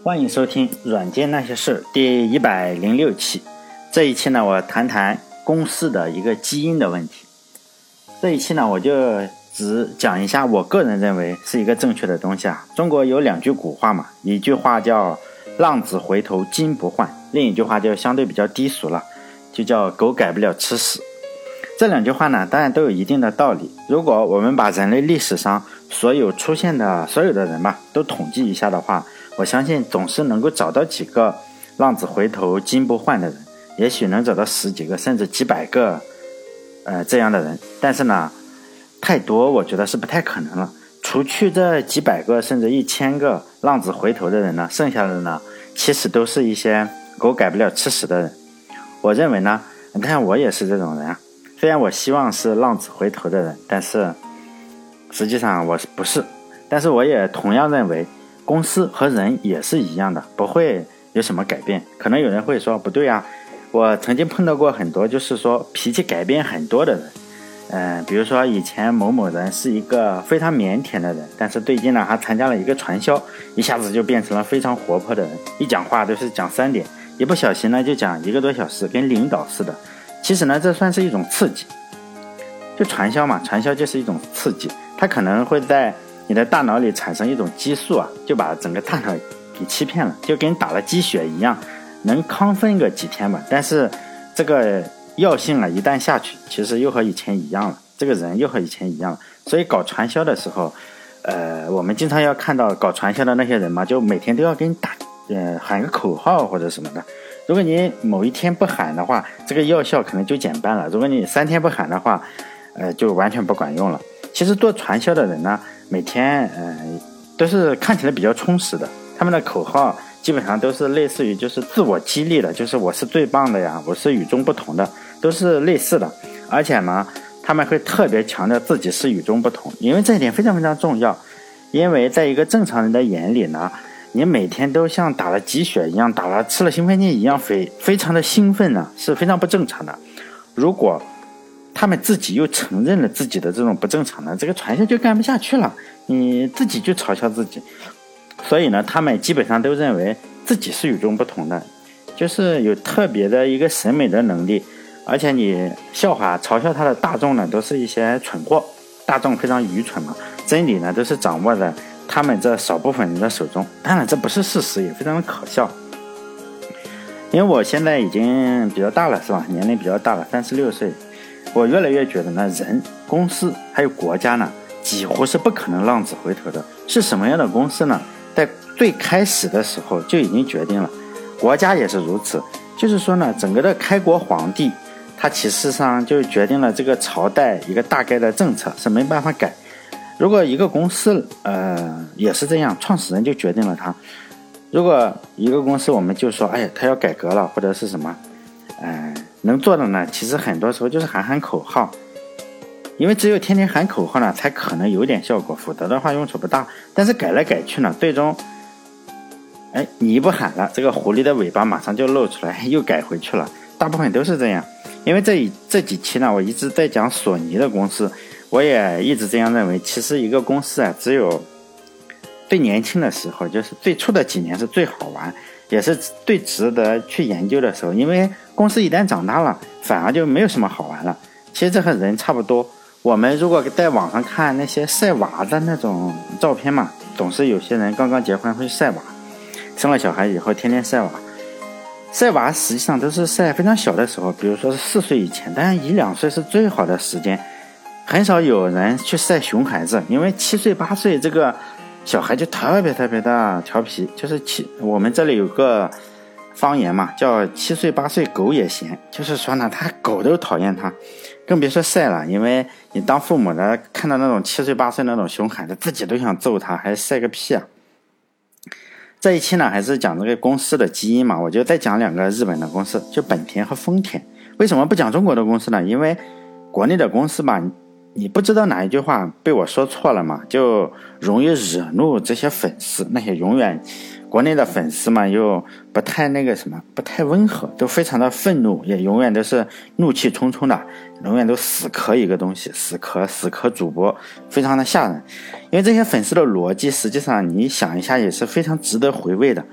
欢迎收听《软件那些事》第106期。这一期呢，我谈谈公司的一个基因的问题。这一期呢，我就只讲一下我个人认为是一个正确的东西啊。中国有两句古话嘛，一句话叫浪子回头金不换，另一句话就相对比较低俗了，就叫狗改不了吃屎。这两句话呢，当然都有一定的道理。如果我们把人类历史上所有出现的所有的人吧，都统计一下的话，我相信总是能够找到几个浪子回头金不换的人，也许能找到10几个甚至几百个这样的人。但是呢，太多我觉得是不太可能了。除去这几百个甚至1000个浪子回头的人呢，剩下的呢其实都是一些狗改不了吃屎的人。我认为呢，你看我也是这种人啊。虽然我希望是浪子回头的人，但是实际上我不是。但是我也同样认为公司和人也是一样的，不会有什么改变。可能有人会说不对啊，我曾经碰到过很多就是说脾气改变很多的人。比如说以前某某人是一个非常腼腆的人，但是最近呢他参加了一个传销，一下子就变成了非常活泼的人，一讲话都是讲3点，一不小心呢就讲1个多小时，跟领导似的。其实呢这算是一种刺激，就传销嘛，传销就是一种刺激，它可能会在你的大脑里产生一种激素啊，就把整个大脑给欺骗了，就跟打了鸡血一样，能亢奋个几天吧。但是这个药性啊一旦下去，其实又和以前一样了，这个人又和以前一样了。所以搞传销的时候我们经常要看到搞传销的那些人嘛，就每天都要给你喊个口号或者什么的。如果你某一天不喊的话，这个药效可能就减半了。如果你3天不喊的话就完全不管用了。其实做传销的人呢，每天都是看起来比较充实的，他们的口号基本上都是类似于就是自我激励的，就是我是最棒的呀，我是与众不同的，都是类似的。而且呢他们会特别强调自己是与众不同，因为这一点非常非常重要。因为在一个正常人的眼里呢，你每天都像打了鸡血一样，吃了兴奋剂一样，非常的兴奋呢，是非常不正常的。如果他们自己又承认了自己的这种不正常呢，这个传销就干不下去了，你自己就嘲笑自己。所以呢他们基本上都认为自己是与众不同的，就是有特别的一个审美的能力。而且你嘲笑他的大众呢，都是一些蠢货，大众非常愚蠢嘛，真理呢都是掌握在他们这少部分人的手中。当然这不是事实，也非常的可笑。因为我现在已经比较大了，是吧？年龄比较大了，36岁。我越来越觉得呢，人、公司还有国家呢，几乎是不可能浪子回头的。是什么样的公司呢？在最开始的时候就已经决定了，国家也是如此。就是说呢，整个的开国皇帝他其实上就决定了这个朝代一个大概的政策，是没办法改。如果一个公司也是这样，创始人就决定了他。如果一个公司我们就说他要改革了或者是什么能做的呢，其实很多时候就是喊口号。因为只有天天喊口号呢才可能有点效果，否则的话用处不大。但是改来改去呢，最终你一不喊了，这个狐狸的尾巴马上就露出来，又改回去了。大部分都是这样。因为这几期呢，我一直在讲索尼的公司，我也一直这样认为。其实一个公司只有最年轻的时候，就是最初的几年是最好玩，也是最值得去研究的时候。因为公司一旦长大了，反而就没有什么好玩了。其实这和人差不多。我们如果在网上看那些晒娃的那种照片嘛，总是有些人刚刚结婚会晒娃，生了小孩以后天天晒娃。晒娃实际上都是晒非常小的时候，比如说是4岁以前，当然1、2岁是最好的时间。很少有人去晒熊孩子，因为7岁8岁这个小孩就特别特别的调皮。就是我们这里有个方言嘛，叫7岁8岁狗也嫌，就是说呢他狗都讨厌他，更别说晒了。因为你当父母的看到那种7岁8岁那种熊孩子，自己都想揍他，还晒个屁啊。这一期呢还是讲这个公司的基因嘛，我就再讲2个日本的公司，就本田和丰田。为什么不讲中国的公司呢？因为国内的公司吧，你不知道哪一句话被我说错了嘛，就容易惹怒这些粉丝。那些永远国内的粉丝嘛，又不太不太温和，都非常的愤怒，也永远都是怒气冲冲的，永远都死磕一个东西，死磕主播，非常的吓人。因为这些粉丝的逻辑实际上你想一下也是非常值得回味的。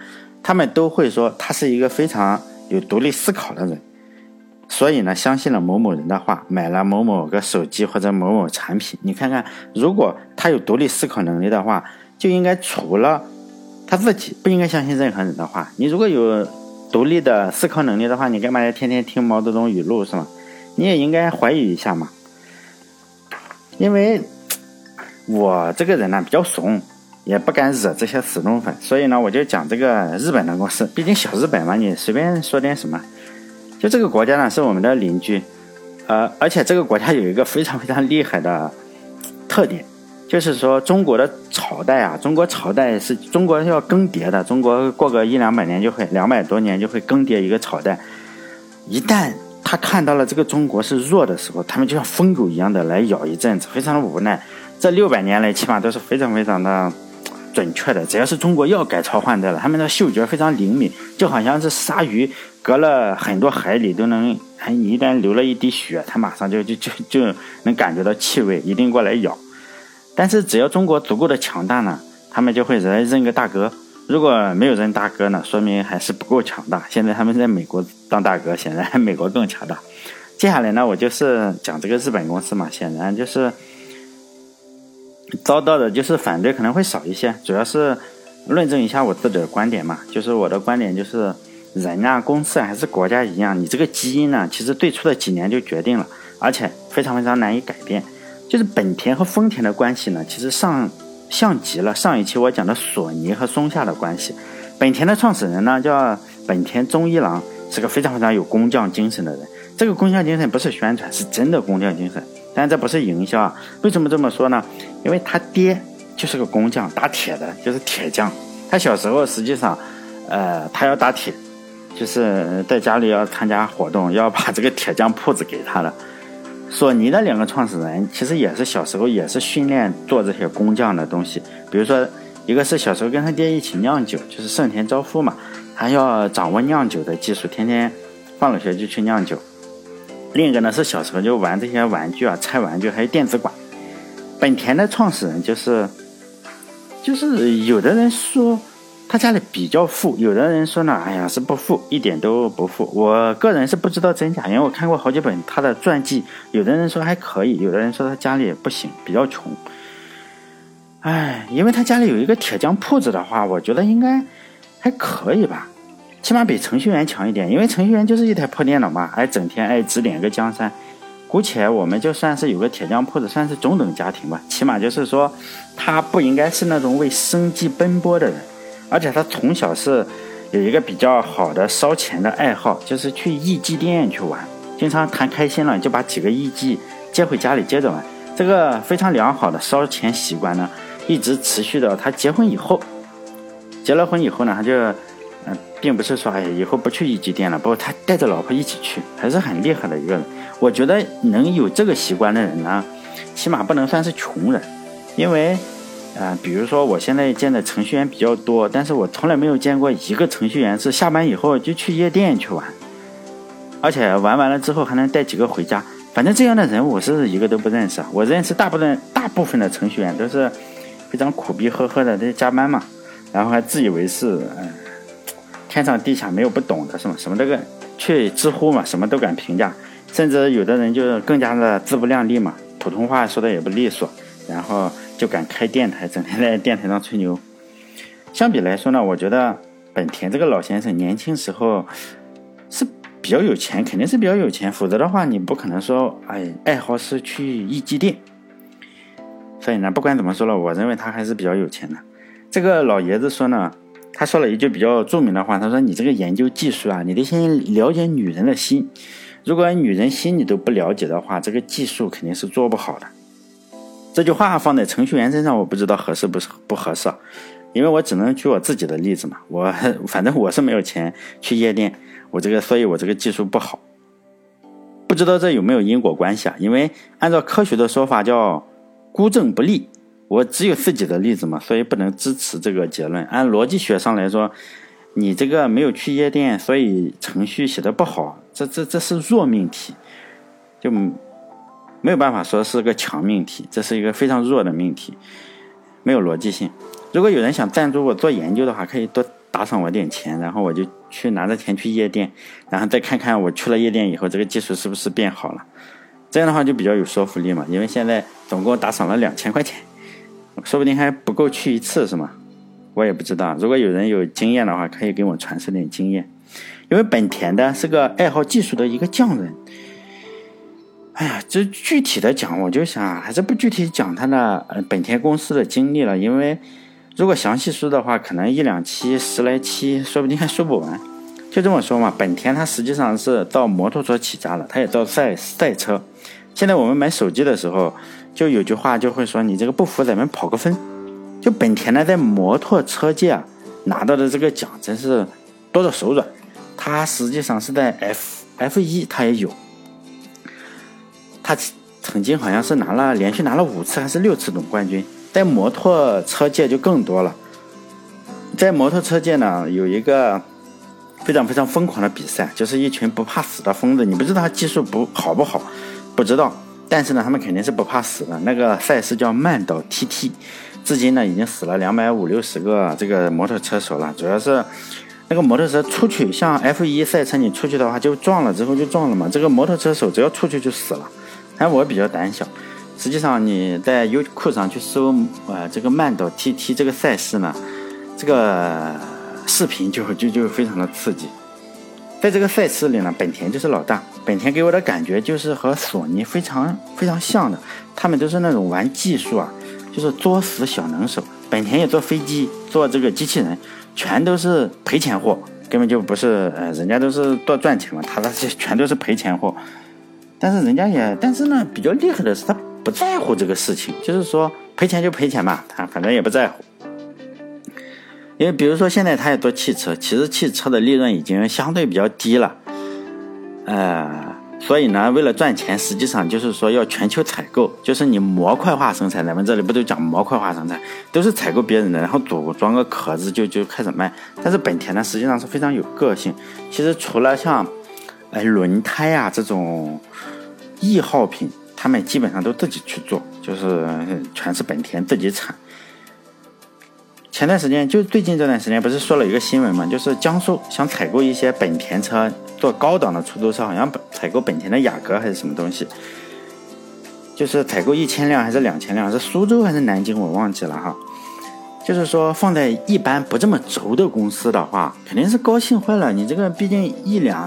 他们都会说他是一个非常有独立思考的人，所以呢相信了某某人的话，买了某某个手机或者某某产品。你看看，如果他有独立思考能力的话，就应该除了他自己，不应该相信任何人的话。你如果有独立的思考能力的话，你干嘛要天天听毛泽东语录是吗？你也应该怀疑一下嘛。因为我这个人呢比较怂，也不敢惹这些死忠粉，所以呢我就讲这个日本的公司。毕竟小日本嘛，你随便说点什么。就这个国家呢是我们的邻居，而且这个国家有一个非常非常厉害的特点，就是说中国的朝代啊，中国朝代是中国要更迭的，中国过个100-200年就会200多年就会更迭一个朝代。一旦他看到了这个中国是弱的时候，他们就像疯狗一样的来咬一阵子，非常的无奈。这600年来起码都是非常非常的准确的，只要是中国要改朝换代了，他们的嗅觉非常灵敏，就好像是鲨鱼隔了很多海里都能，你一旦流了一滴血，它马上就能感觉到气味，一定过来咬。但是只要中国足够的强大呢，他们就会来认个大哥。如果没有认大哥呢，说明还是不够强大。现在他们在美国当大哥，显然美国更强大。接下来呢，我就是讲这个日本公司嘛，显然就是遭到的就是反对可能会少一些，主要是论证一下我自己的观点嘛。就是我的观点就是人啊，公司还是国家一样，你这个基因呢其实最初的几年就决定了，而且非常非常难以改变。就是本田和丰田的关系呢，其实像极了上一期我讲的索尼和松下的关系。本田的创始人呢叫本田忠一郎，是个非常非常有工匠精神的人。这个工匠精神不是宣传，是真的工匠精神，但这不是营销啊。为什么这么说呢？因为他爹就是个工匠，打铁的，就是铁匠。他小时候实际上他要打铁，就是在家里要参加活动，要把这个铁匠铺子给他的。索尼的2个创始人其实也是小时候也是训练做这些工匠的东西。比如说一个是小时候跟他爹一起酿酒，就是盛田昭夫嘛，他要掌握酿酒的技术，天天放了学就去酿酒。另一个呢是小时候就玩这些玩具啊，拆玩具，还有电子管。本田的创始人就是有的人说他家里比较富，有的人说呢，哎呀是不富，一点都不富。我个人是不知道真假，因为我看过好几本他的传记，有的人说还可以，有的人说他家里也不行，比较穷。因为他家里有一个铁匠铺子的话，我觉得应该还可以吧，起码比程序员强一点，因为程序员就是一台破电脑嘛，整天指点个江山。姑且我们就算是有个铁匠铺子，算是中等家庭吧，起码就是说他不应该是那种为生计奔波的人。而且他从小是有一个比较好的烧钱的爱好，就是去艺伎店去玩，经常谈开心了就把几个艺伎接回家里接着玩。这个非常良好的烧钱习惯呢，一直持续到他结婚以后。结了婚以后呢，他就并不是说以后不去艺伎店了，不过他带着老婆一起去，还是很厉害的一个人。我觉得能有这个习惯的人呢，起码不能算是穷人。因为比如说我现在见的程序员比较多，但是我从来没有见过一个程序员是下班以后就去夜店去玩，而且玩完了之后还能带几个回家。反正这样的人我是一个都不认识。我认识大部分的程序员都是非常苦逼呵呵的在加班嘛，然后还自以为是天上地下没有不懂的，什么这个去知乎嘛，什么都敢评价。甚至有的人就更加的自不量力嘛，普通话说的也不利索，然后就敢开电台，整天在电台上吹牛。相比来说呢，我觉得本田这个老先生年轻时候是比较有钱，肯定是比较有钱，否则的话你不可能说爱好是去艺伎店。所以呢，不管怎么说了，我认为他还是比较有钱的。这个老爷子说呢，他说了一句比较著名的话，他说你这个研究技术啊，你得先了解女人的心，如果女人心你都不了解的话，这个技术肯定是做不好的。这句话放在程序员身上我不知道合适不合适，因为我只能举我自己的例子嘛。反正我是没有钱去夜店，所以我这个技术不好。不知道这有没有因果关系啊？因为按照科学的说法叫孤证不立，我只有自己的例子嘛，所以不能支持这个结论。按逻辑学上来说，你这个没有去夜店，所以程序写得不好，这是弱命题，就没有办法说是个强命题，这是一个非常弱的命题，没有逻辑性。如果有人想赞助我做研究的话，可以打赏我点钱，然后我就去拿着钱去夜店，然后再看看我去了夜店以后这个技术是不是变好了，这样的话就比较有说服力嘛。因为现在总共打赏了2000块钱，说不定还不够去一次是吗？我也不知道，如果有人有经验的话可以给我传授点经验。因为本田的是个爱好技术的一个匠人，哎呀，这具体的讲我就想还是不具体讲他的本田公司的经历了，因为如果详细说的话可能1、2期10来期说不定还说不完。就这么说嘛，本田它实际上是到摩托车起家了，它也到赛车。现在我们买手机的时候就有句话就会说，你这个不服咱们跑个分。就本田呢在摩托车界拿到的这个奖真是多到手软，它实际上是在 F1 它也有，他曾经好像是连续拿了5次还是6次总冠军。在摩托车界就更多了，在摩托车界呢有一个非常非常疯狂的比赛，就是一群不怕死的疯子，你不知道他技术好不好不知道，但是呢他们肯定是不怕死的。那个赛事叫曼岛 TT， 至今呢已经死了250-260个这个摩托车手了。主要是那个摩托车出去，像 F1 赛车你出去的话就撞了之后就撞了嘛，这个摩托车手只要出去就死了。但我比较胆小，实际上你在优酷上去搜这个曼岛 TT 这个赛事呢，这个视频就非常的刺激。在这个赛事里呢，本田就是老大。本田给我的感觉就是和索尼非常非常像的，他们都是那种玩技术就是作死小能手。本田也做飞机，做这个机器人，全都是赔钱货，根本就不是人家都是多赚钱嘛，他这些全都是赔钱货。但是呢比较厉害的是他不在乎这个事情，就是说赔钱就赔钱嘛，他反正也不在乎。因为比如说现在他也做汽车，其实汽车的利润已经相对比较低了，所以呢为了赚钱，实际上就是说要全球采购，就是你模块化生产，咱们这里不都讲模块化生产，都是采购别人的，然后组装个壳子就开始卖。但是本田呢实际上是非常有个性，其实除了像轮胎这种易耗品，他们基本上都自己去做，就是全是本田自己产。前段时间就最近这段时间不是说了一个新闻嘛，就是江苏想采购一些本田车做高档的出租车，好像采购本田的雅阁还是什么东西，就是采购1000辆还是2000辆，是苏州还是南京我忘记了哈。就是说放在一般不这么轴的公司的话肯定是高兴坏了，你这个毕竟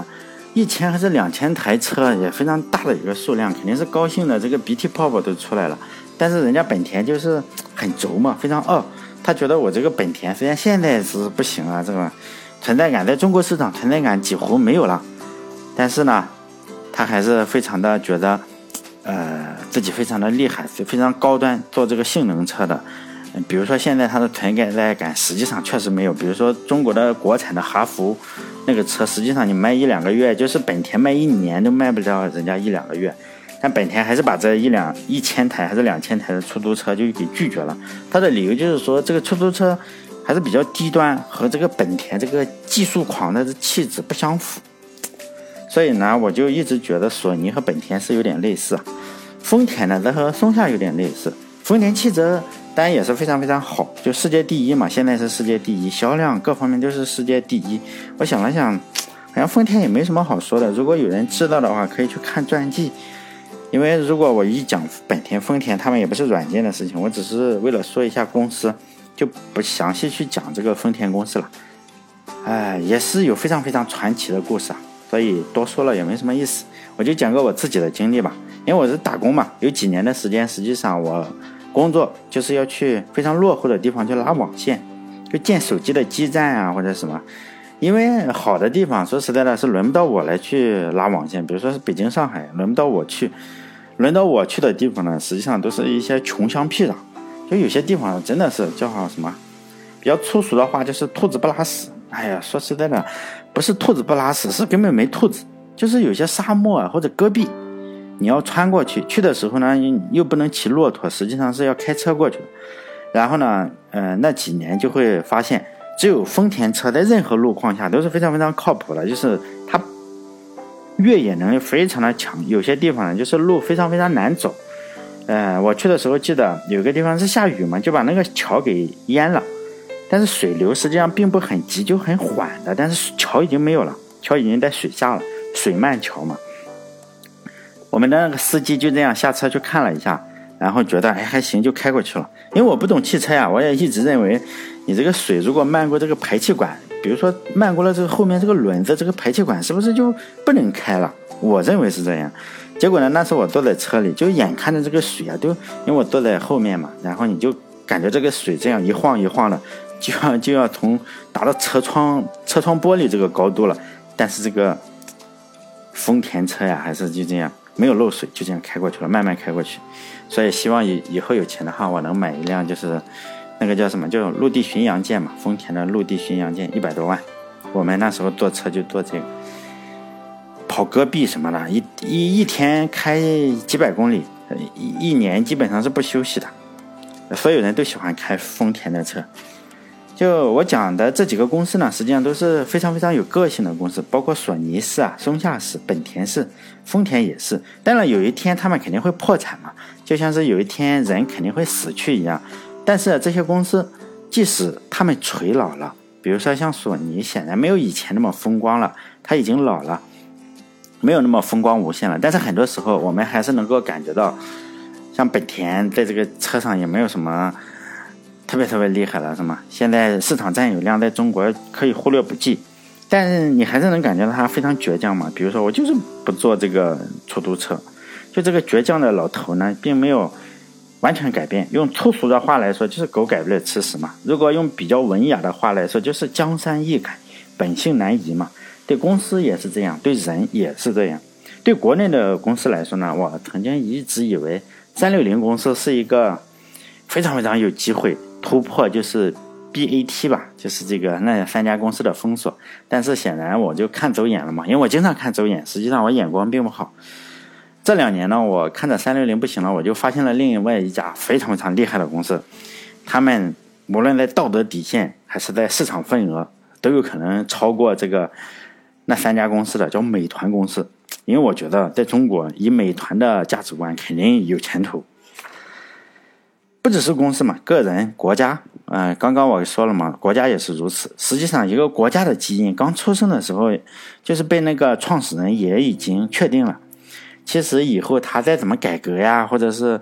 1000还是2000台车也非常大的一个数量，肯定是高兴的，这个鼻涕泡泡都出来了。但是人家本田就是很轴嘛，非常他觉得我这个本田虽然现在是不行这个存在感在中国市场存在感几乎没有了，但是呢他还是非常的觉得自己非常的厉害，非常高端，做这个性能车的。比如说现在它的存在感实际上确实没有，比如说中国的国产的哈弗那个车，实际上你卖1-2个月，就是本田卖1年都卖不了人家1-2个月，但本田还是把这1000台还是2000台的出租车就给拒绝了。他的理由就是说这个出租车还是比较低端，和这个本田这个技术狂的气质不相符。所以呢我就一直觉得索尼和本田是有点类似，丰田呢则和松下有点类似。丰田汽车当然也是非常非常好，就世界第一嘛，现在是世界第一，销量各方面都是世界第一。我想了想，好像丰田也没什么好说的，如果有人知道的话可以去看传记。因为如果我一讲本田丰田他们也不是软件的事情，我只是为了说一下公司，就不详细去讲这个丰田公司了。也是有非常非常传奇的故事所以多说了也没什么意思，我就讲个我自己的经历吧。因为我是打工嘛，有几年的时间，实际上我工作就是要去非常落后的地方去拉网线，就建手机的基站或者什么。因为好的地方说实在的是轮不到我来去拉网线，比如说是北京上海轮不到我去，轮到我去的地方呢实际上都是一些穷乡僻壤，就有些地方真的是叫什么比较粗俗的话就是兔子不拉屎。说实在的不是兔子不拉屎，是根本没兔子，就是有些沙漠或者戈壁你要穿过去的时候呢又不能骑骆驼，实际上是要开车过去的。然后呢那几年就会发现只有丰田车在任何路况下都是非常非常靠谱的，就是它越野能力非常的强，有些地方呢就是路非常非常难走。我去的时候记得有个地方是下雨嘛，就把那个桥给淹了， 但是水流实际上并不很急，就很缓的，但是桥已经没有了，桥已经在水下了，水漫桥嘛。我们的那个司机就这样下车去看了一下，然后觉得还行，就开过去了。因为我不懂汽车呀，我也一直认为你这个水如果漫过这个排气管，比如说漫过了这个后面这个轮子，这个排气管是不是就不能开了？我认为是这样。结果呢，那时候我坐在车里，就眼看着这个水啊，都因为我坐在后面嘛，然后你就感觉这个水这样一晃一晃的，就要达到车窗玻璃这个高度了。但是这个丰田车呀，还是就这样没有漏水，就这样开过去了，慢慢开过去。所以希望以后有钱的话，我能买一辆就是那个叫什么，就陆地巡洋舰嘛，丰田的陆地巡洋舰100多万。我们那时候坐车就坐这个，跑戈壁什么的，一天开几百公里，一年基本上是不休息的。所有人都喜欢开丰田的车。就我讲的这几个公司呢，实际上都是非常非常有个性的公司，包括索尼是啊，松下是，本田是，丰田也是。当然有一天他们肯定会破产嘛，就像是有一天人肯定会死去一样。但是这些公司即使他们垂老了，比如说像索尼，显然没有以前那么风光了，他已经老了，没有那么风光无限了。但是很多时候我们还是能够感觉到，像本田在这个车上也没有什么特别厉害了，是吗？现在市场占有量在中国可以忽略不计，但是你还是能感觉到它非常倔强嘛。比如说我就是不坐这个出租车，就这个倔强的老头呢，并没有完全改变。用粗俗的话来说，就是狗改不了吃屎嘛。如果用比较文雅的话来说，就是江山易改，本性难移嘛。对公司也是这样，对人也是这样。对国内的公司来说呢，我曾经一直以为360公司是一个非常有机会突破，就是 BAT 吧，就是这个那3家公司的封锁。但是显然我就看走眼了嘛，因为我经常看走眼，实际上我眼光并不好。这2年呢，我看着360不行了，我就发现了另外一家非常厉害的公司，他们无论在道德底线还是在市场份额，都有可能超过这个那3家公司的，叫美团公司。因为我觉得在中国以美团的价值观肯定有前途。不只是公司嘛，个人、国家，刚刚我说了嘛，国家也是如此。实际上，一个国家的基因刚出生的时候，就是被那个创始人也已经确定了。其实以后他再怎么改革呀，或者是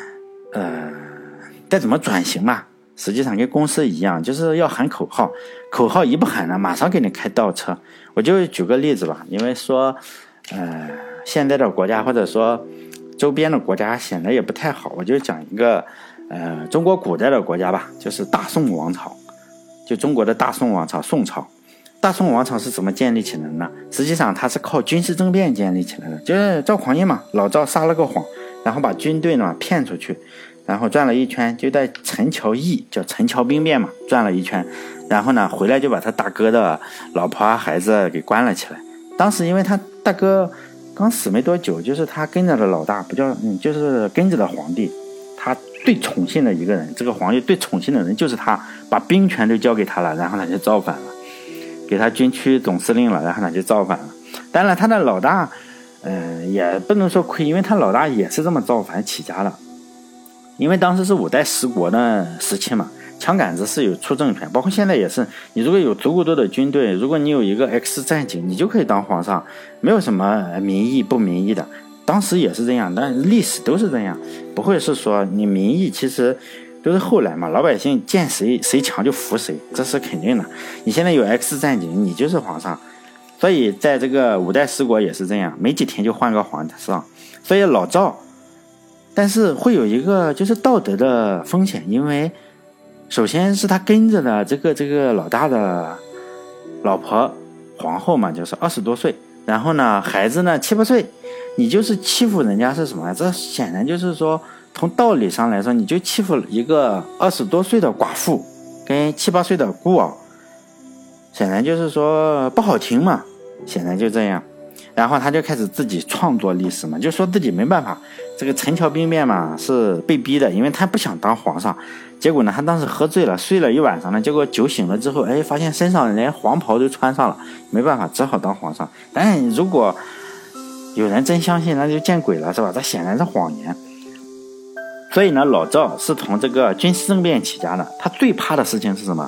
再怎么转型嘛，实际上跟公司一样，就是要喊口号，口号一不喊呢，马上给你开倒车。我就举个例子吧，因为说现在的国家或者说周边的国家显得也不太好，我就讲一个中国古代的国家吧，就是大宋王朝，就中国的大宋王朝，宋朝。大宋王朝是怎么建立起来的呢？实际上它是靠军事政变建立起来的，就是赵匡胤嘛，老赵撒了个谎，然后把军队呢骗出去，然后转了一圈，就在陈桥驿，叫陈桥兵变嘛，转了一圈，然后呢回来就把他大哥的老婆孩子给关了起来。当时因为他大哥刚死没多久，就是他跟着的老大，不叫就是跟着的皇帝，他最宠幸的一个人，这个皇帝最宠幸的人就是他，把兵权都交给他了，然后他就造反了，给他军区总司令了，然后他就造反了。当然他的老大也不能说亏，因为他老大也是这么造反起家的。因为当时是5代十国的时期嘛，枪杆子是有出政权，包括现在也是，你如果有足够多的军队，如果你有一个 X 战警，你就可以当皇上，没有什么民意不民意的。当时也是这样，但历史都是这样，不会是说你民意其实都是后来嘛，老百姓见谁强就服谁，这是肯定的。你现在有 X 战警，你就是皇上。所以在这个5代十国也是这样，没几天就换个皇上。所以老赵，但是会有一个就是道德的风险，因为首先是他跟着的这个老大的老婆皇后嘛，就是20多岁，然后呢孩子呢7、8岁，你就是欺负人家是什么？这显然就是说从道理上来说，你就欺负一个20多岁的寡妇跟7、8岁的孤儿，显然就是说不好听嘛，显然就这样。然后他就开始自己创作历史嘛，就说自己没办法，这个陈桥兵变嘛是被逼的，因为他不想当皇上。结果呢，他当时喝醉了，睡了一晚上呢，结果酒醒了之后，发现身上连黄袍都穿上了，没办法，只好当皇上。但如果有人真相信，那就见鬼了，是吧？这显然是谎言。所以呢，老赵是从这个军事政变起家的，他最怕的事情是什么？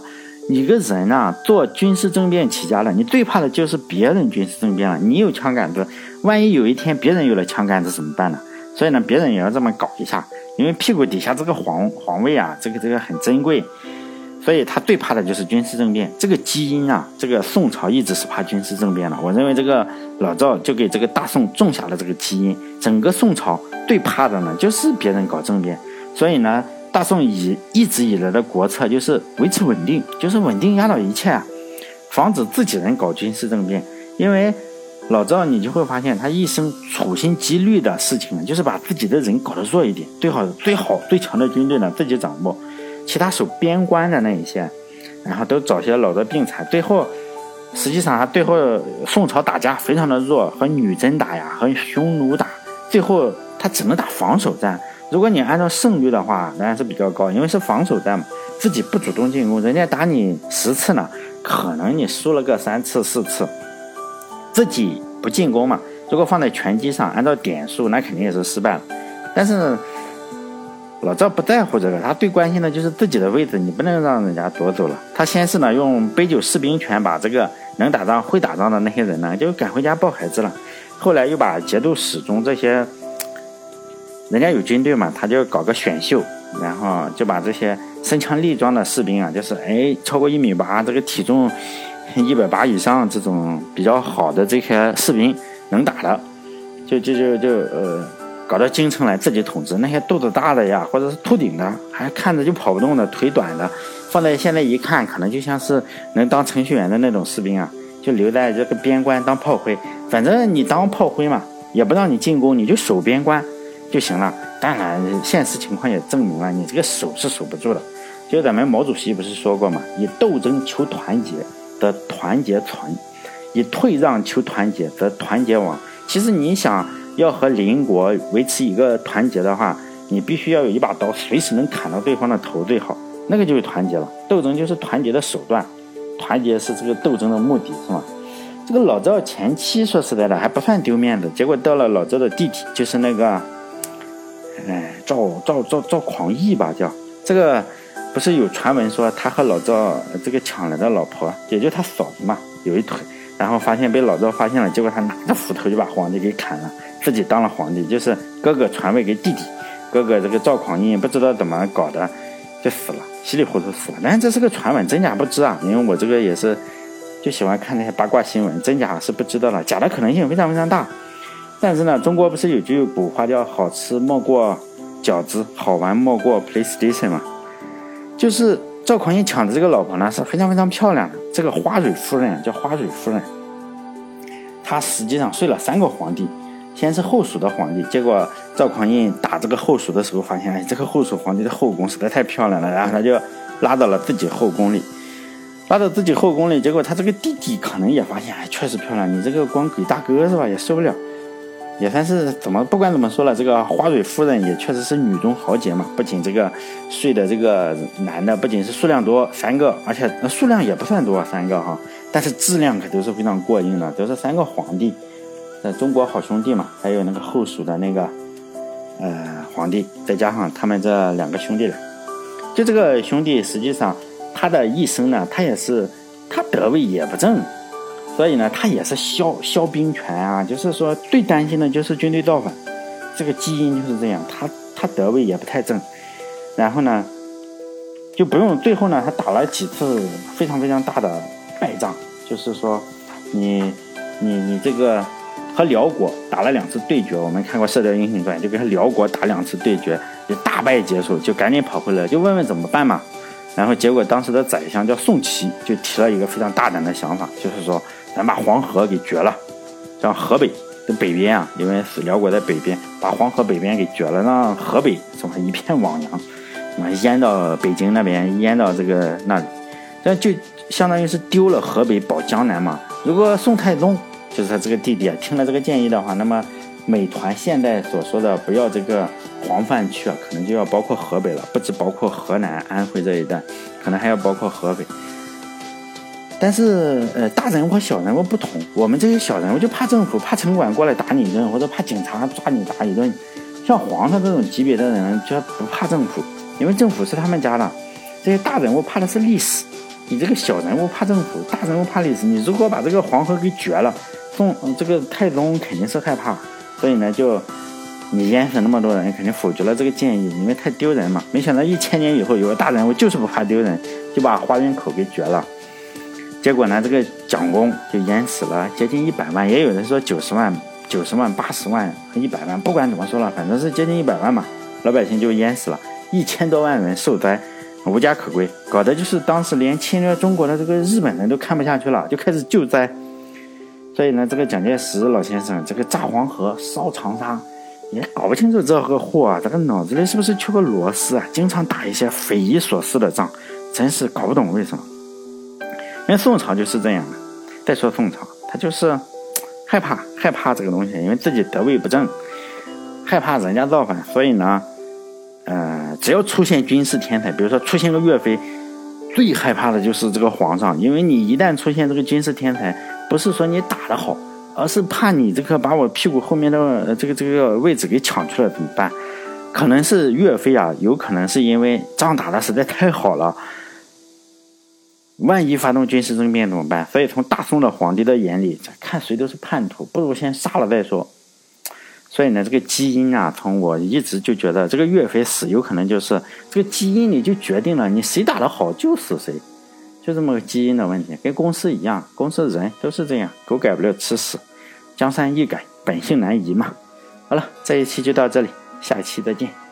一个人啊，做军事政变起家了，你最怕的就是别人军事政变了。你有枪杆子，万一有一天别人有了枪杆子怎么办呢？所以呢，别人也要这么搞一下，因为屁股底下这个皇位啊，这个很珍贵，所以他最怕的就是军事政变。这个基因啊，这个宋朝一直是怕军事政变的。我认为这个老赵就给这个大宋种下了这个基因。整个宋朝最怕的呢，就是别人搞政变。所以呢，大宋一直以来的国策就是维持稳定，就是稳定压倒一切啊，防止自己人搞军事政变。因为老赵你就会发现，他一生处心积虑的事情呢，就是把自己的人搞得弱一点，最强的军队呢自己掌握，其他守边关的那一些，然后都找些老弱病残。最后实际上他最后宋朝打架非常的弱，和女真打呀，和匈奴打，最后他只能打防守战。如果你按照胜率的话，当然是比较高，因为是防守战嘛，自己不主动进攻，人家打你10次呢，可能你输了个3次4次，自己不进攻嘛。如果放在拳击上，按照点数，那肯定也是失败了。但是老赵不在乎这个，他最关心的就是自己的位置，你不能让人家夺走了。他先是呢用杯酒释兵权把这个能打仗会打仗的那些人呢就赶回家抱孩子了，后来又把节度使中这些人家有军队嘛，他就搞个选秀，然后就把这些身强力壮的士兵啊，就是超过1.8米，这个体重180以上这种比较好的这些士兵能打的，就搞到京城来自己统治。那些肚子大的呀，或者是秃顶的，还看着就跑不动的，腿短的，放在现在一看，可能就像是能当程序员的那种士兵啊，就留在这个边关当炮灰。反正你当炮灰嘛，也不让你进攻，你就守边关就行了。当然现实情况也证明了你这个守是守不住的。就咱们毛主席不是说过嘛，以斗争求团结则团结存，以退让求团结则团结亡。其实你想要和邻国维持一个团结的话，你必须要有一把刀随时能砍到对方的头最好，那个就是团结了。斗争就是团结的手段，团结是这个斗争的目的，是吗？这个老赵前期说实在的还不算丢面子，结果到了老赵的弟弟，就是那个赵匡胤吧，叫这个，不是有传闻说他和老赵这个抢来的老婆，也就他嫂子嘛，有一腿，然后发现被老赵发现了，结果他拿着斧头就把皇帝给砍了，自己当了皇帝，就是哥哥传位给弟弟，哥哥这个赵匡胤不知道怎么搞的就死了，稀里糊涂死了。但是这是个传闻，真假不知啊，因为我这个也是就喜欢看那些八卦新闻，真假是不知道了，假的可能性非常非常大。但是呢，中国不是有句古话叫好吃莫过饺子，好玩莫过 PlayStation 嘛？就是赵匡胤抢的这个老婆呢是非常非常漂亮的，这个花蕊夫人叫花蕊夫人，她实际上睡了3个皇帝，先是后蜀的皇帝，结果赵匡胤打这个后蜀的时候发现，这个后蜀皇帝的后宫实在太漂亮了，然后他就拉到了自己后宫里，结果他这个弟弟可能也发现，确实漂亮，你这个光给大哥是吧，也受不了。也算是不管怎么说了，这个花蕊夫人也确实是女中豪杰嘛，不仅这个睡的这个男的不仅是数量多3个，而且数量也不算多3个哈，但是质量可都是非常过硬的，都是3个皇帝，中国好兄弟嘛，还有那个后蜀的那个皇帝，再加上他们这2个兄弟了。就这个兄弟实际上他的一生呢，他德位也不正，所以呢他也是削兵权啊，就是说最担心的就是军队造反，这个基因就是这样，他德位也不太正，然后呢就不用，最后呢他打了几次非常非常大的败仗，就是说你这个和辽国打了2次对决，我们看过《射雕英雄传》，就跟辽国打2次对决，就大败结束，就赶紧跑回来，就问问怎么办嘛。然后结果当时的宰相叫宋祁，就提了一个非常大胆的想法，就是说咱把黄河给决了，让河北的北边啊，因为辽国在北边，把黄河北边给决了，让河北什么一片汪洋，淹到北京那边，淹到这个那里，这就相当于是丢了河北保江南嘛。如果宋太宗就是他这个弟弟啊听了这个建议的话，那么美团现代所说的不要这个黄泛区啊，可能就要包括河北了，不只包括河南安徽这一带，可能还要包括河北。但是大人物和小人物不同，我们这些小人物就怕政府，怕城管过来打你一顿，或者怕警察抓你打一顿。像皇上这种级别的人就不怕政府，因为政府是他们家的。这些大人物怕的是历史， 你这个小人物怕政府，大人物怕历史。你如果把这个黄河给决了，这个太宗肯定是害怕，所以呢，就你淹死那么多人，肯定否决了这个建议，因为太丢人嘛。没想到1000年以后，有个大人物就是不怕丢人，就把花园口给决了。结果呢，这个蒋公就淹死了接近100万，也有人说90万、80万和100万，不管怎么说了，反正是接近100万嘛，老百姓就淹死了，1000多万人受灾，无家可归，搞得就是当时连侵略中国的这个日本人都看不下去了，就开始救灾。所以呢，这个蒋介石老先生这个炸黄河、烧长沙，也搞不清楚这个货啊，这个脑子里是不是缺个螺丝啊？经常打一些匪夷所思的仗，真是搞不懂为什么。因为宋朝就是这样的。再说宋朝，他就是害怕这个东西，因为自己得位不正，害怕人家造反，所以呢，只要出现军事天才，比如说出现个岳飞，最害怕的就是这个皇上，因为你一旦出现这个军事天才，不是说你打得好，而是怕你这个把我屁股后面的这个位置给抢去了怎么办？可能是岳飞啊，有可能是因为仗打得实在太好了，万一发动军事政变怎么办？所以从大宋的皇帝的眼里，看谁都是叛徒，不如先杀了再说。所以呢，这个基因啊，从我一直就觉得这个岳飞死有可能就是这个基因里就决定了，你谁打得好就死谁，就这么个基因的问题，跟公司一样，公司人都是这样，狗改不了吃屎，江山易改，本性难移嘛。好了，这一期就到这里，下一期再见。